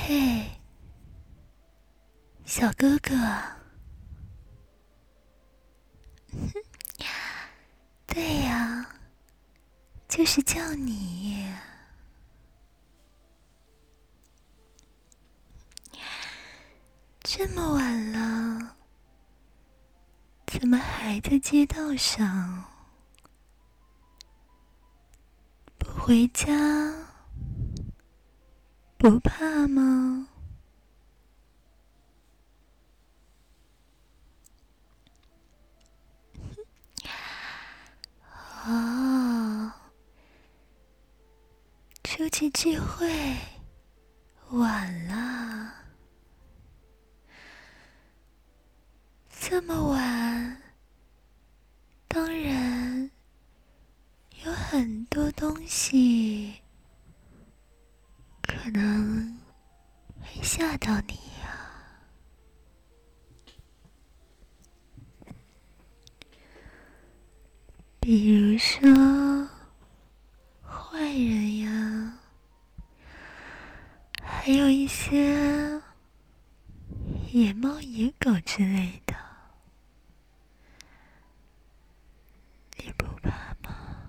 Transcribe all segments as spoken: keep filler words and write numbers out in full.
嘿，小哥哥。对呀，就是叫你。这么晚了，怎么还在街道上？不回家，不怕吗？哦，出去聚会晚了。这么晚，当然有很多东西可能会吓到你呀。比如说坏人呀，还有一些野猫野狗之类的，你不怕吗？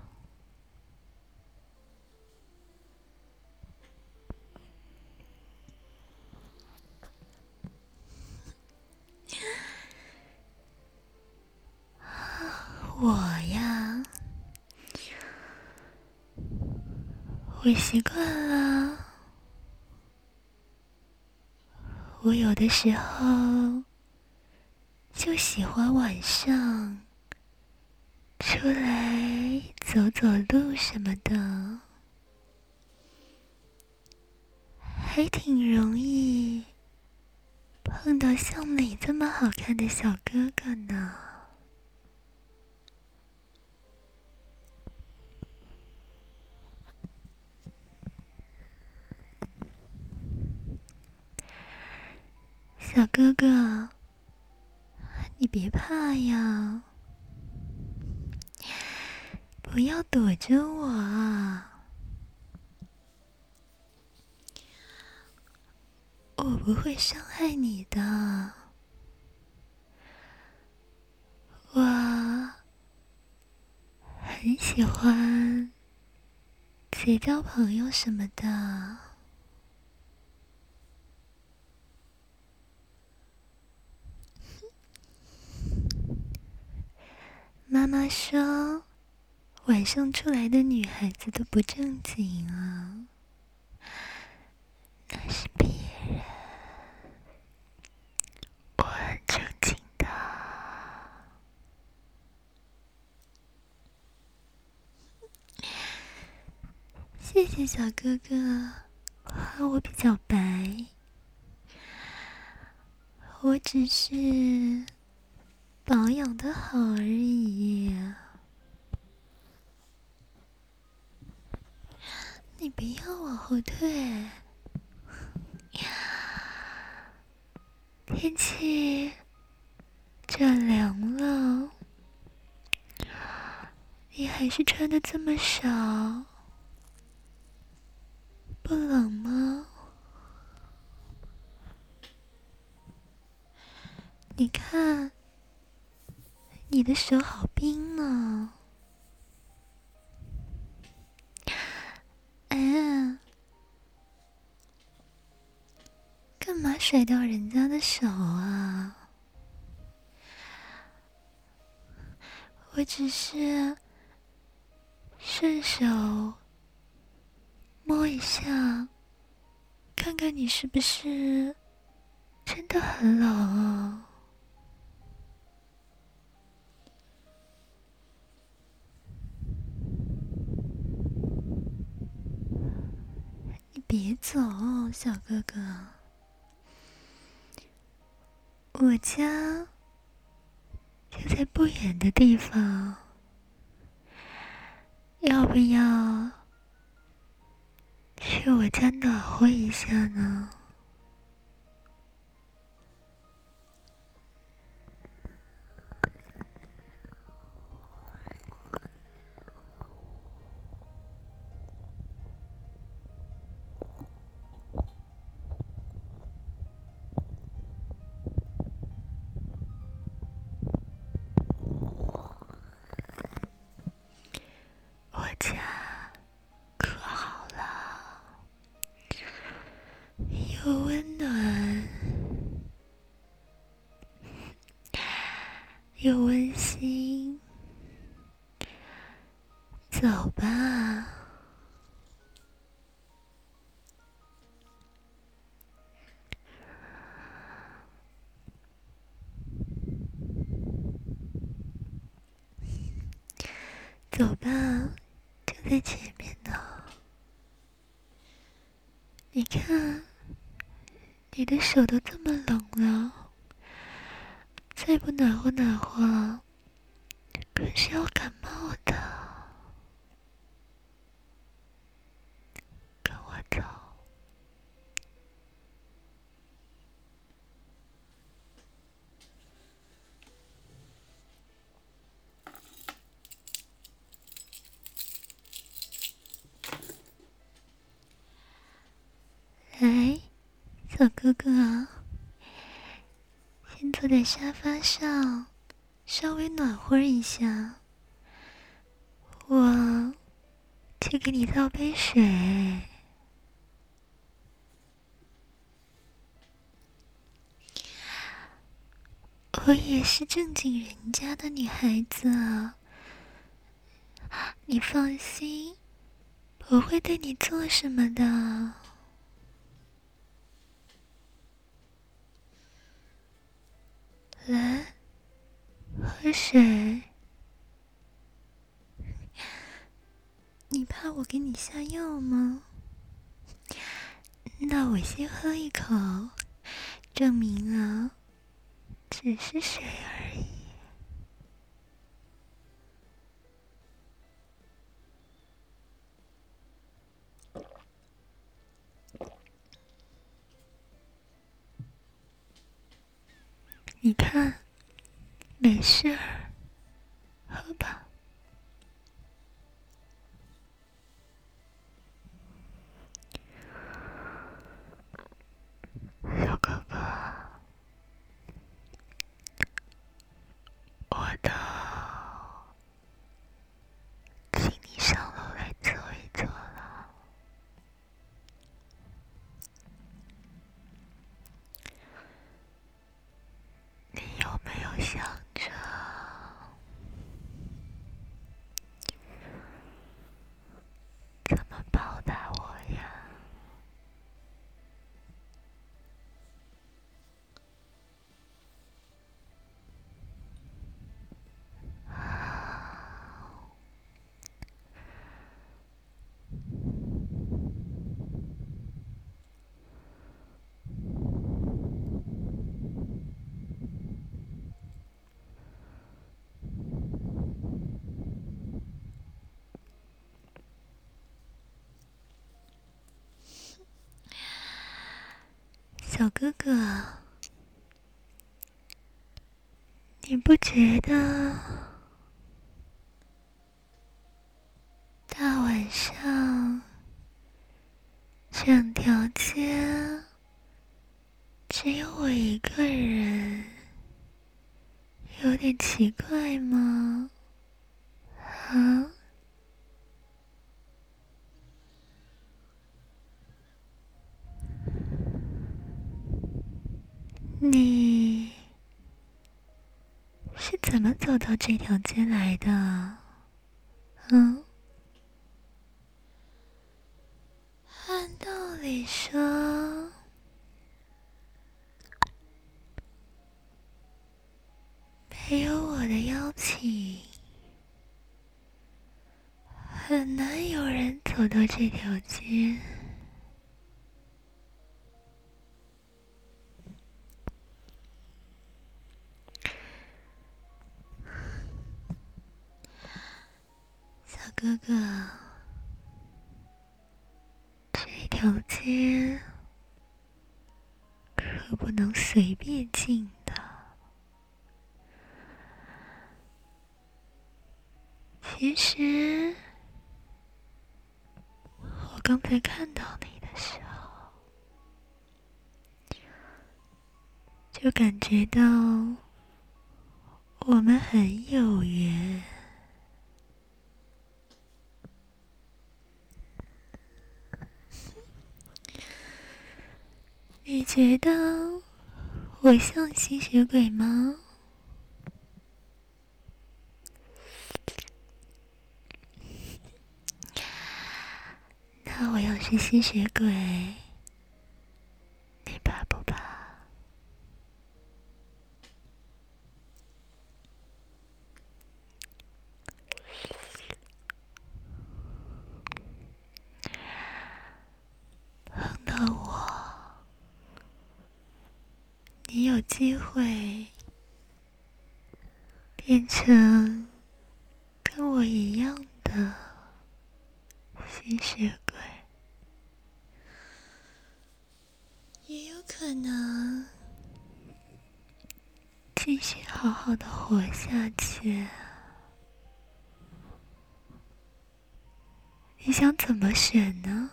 我呀，我习惯了。我有的时候就喜欢晚上出来走走路什么的，还挺容易碰到像你这么好看的小哥哥呢。小哥哥，你别怕呀，不要躲着我啊，我不会伤害你的。我很喜欢结交朋友什么的。妈妈说，晚上出来的女孩子都不正经啊，那是别人，我很正经的。谢谢小哥哥，话我比较白，我只是保养的好而已。你不要往后退，天气转凉了，你还是穿的这么少，不冷吗？你看，你的手好冰呢。哎，干嘛甩掉人家的手啊？我只是顺手摸一下，看看你是不是真的很冷啊。你别走，小哥哥，我家就在不远的地方，要不要去我家暖和一下呢？ 又温馨。走吧，走吧，就在前面呢。你看，你的手都这么冷了，再不暖和暖和，可是要感冒的。跟我走。来，小哥哥，先坐在沙发上，稍微暖和一下。我去给你倒杯水。我也是正经人家的女孩子，你放心，不会对你做什么的。来，喝水。你怕我给你下药吗？那我先喝一口，证明啊，只是水而已。你看，没事儿，喝吧。小哥哥，我的，请你上楼来坐一坐了。你有没有想着怎么报答我呀？小哥哥，你不觉得大晚上整条街只有我一个人有点奇怪吗？啊？你是怎么走到这条街来的？嗯？按道理说，没有我的邀请，很难有人走到这条街。小哥哥，这条街可不能随便进的。其实，我刚才看到你的时候，就感觉到我们很有缘。你觉得我像吸血鬼吗？ 那我要是吸血鬼，你怕不怕？碰到我，你有机会变成跟我一样的吸血鬼，也有可能继续好好的活下去。你想怎么选呢？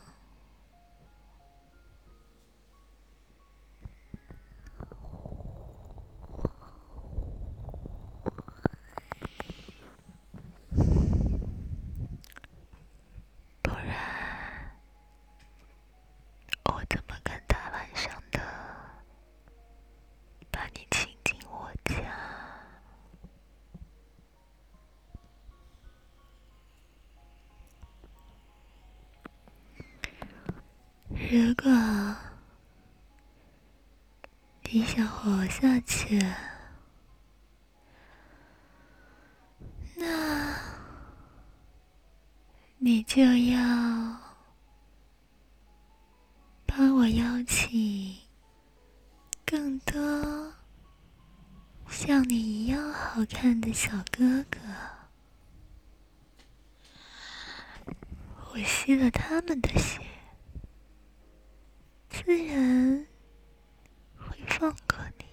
不然我怎么敢大晚上的把你请进我家？如果你想活下去，那你就要帮我邀请更多像你一样好看的小哥哥，我吸了他们的血，自然会放过你。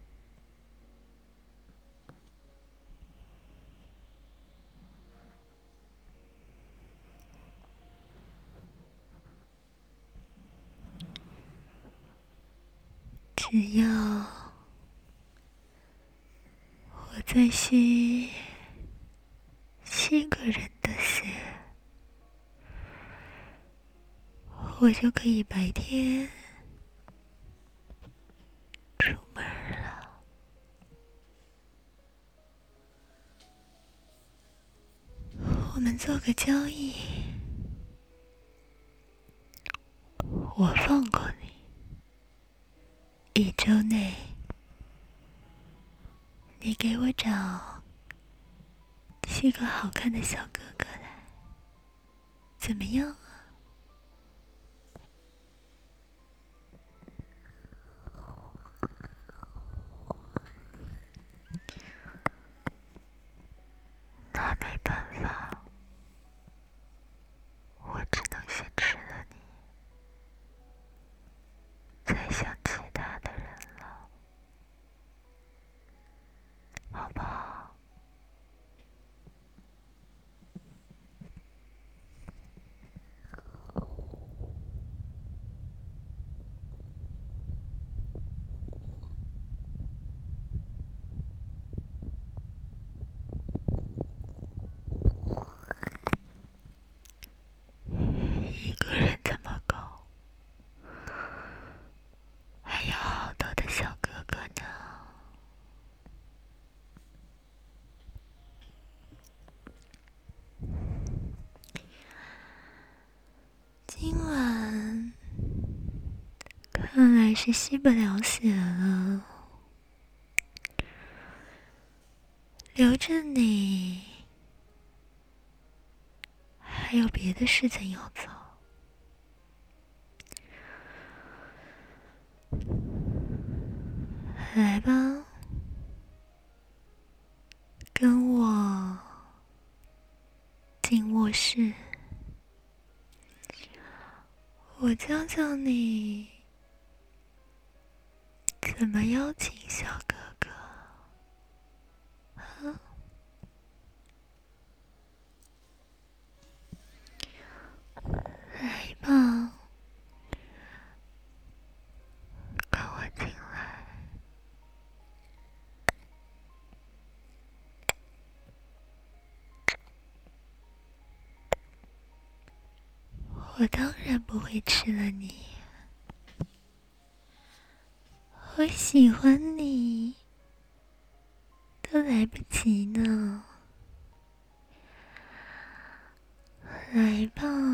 只要我再吸七个人的血，我就可以白天出门了。我们做个交易，我放过你，一周内你给我找七个好看的小哥哥来，怎么样啊？那没办法，我只能先吃了你，再想其他的人了，好不好？一个人怎么够？还有好多的小哥哥呢。今晚看来是吸不了血了，留着你还有别的事情要做。来吧，跟我进卧室，我教教你怎么邀请小哥哥。啊，来吧，跟我进来。我当然不会吃了你，我喜欢你都来不及呢。来吧，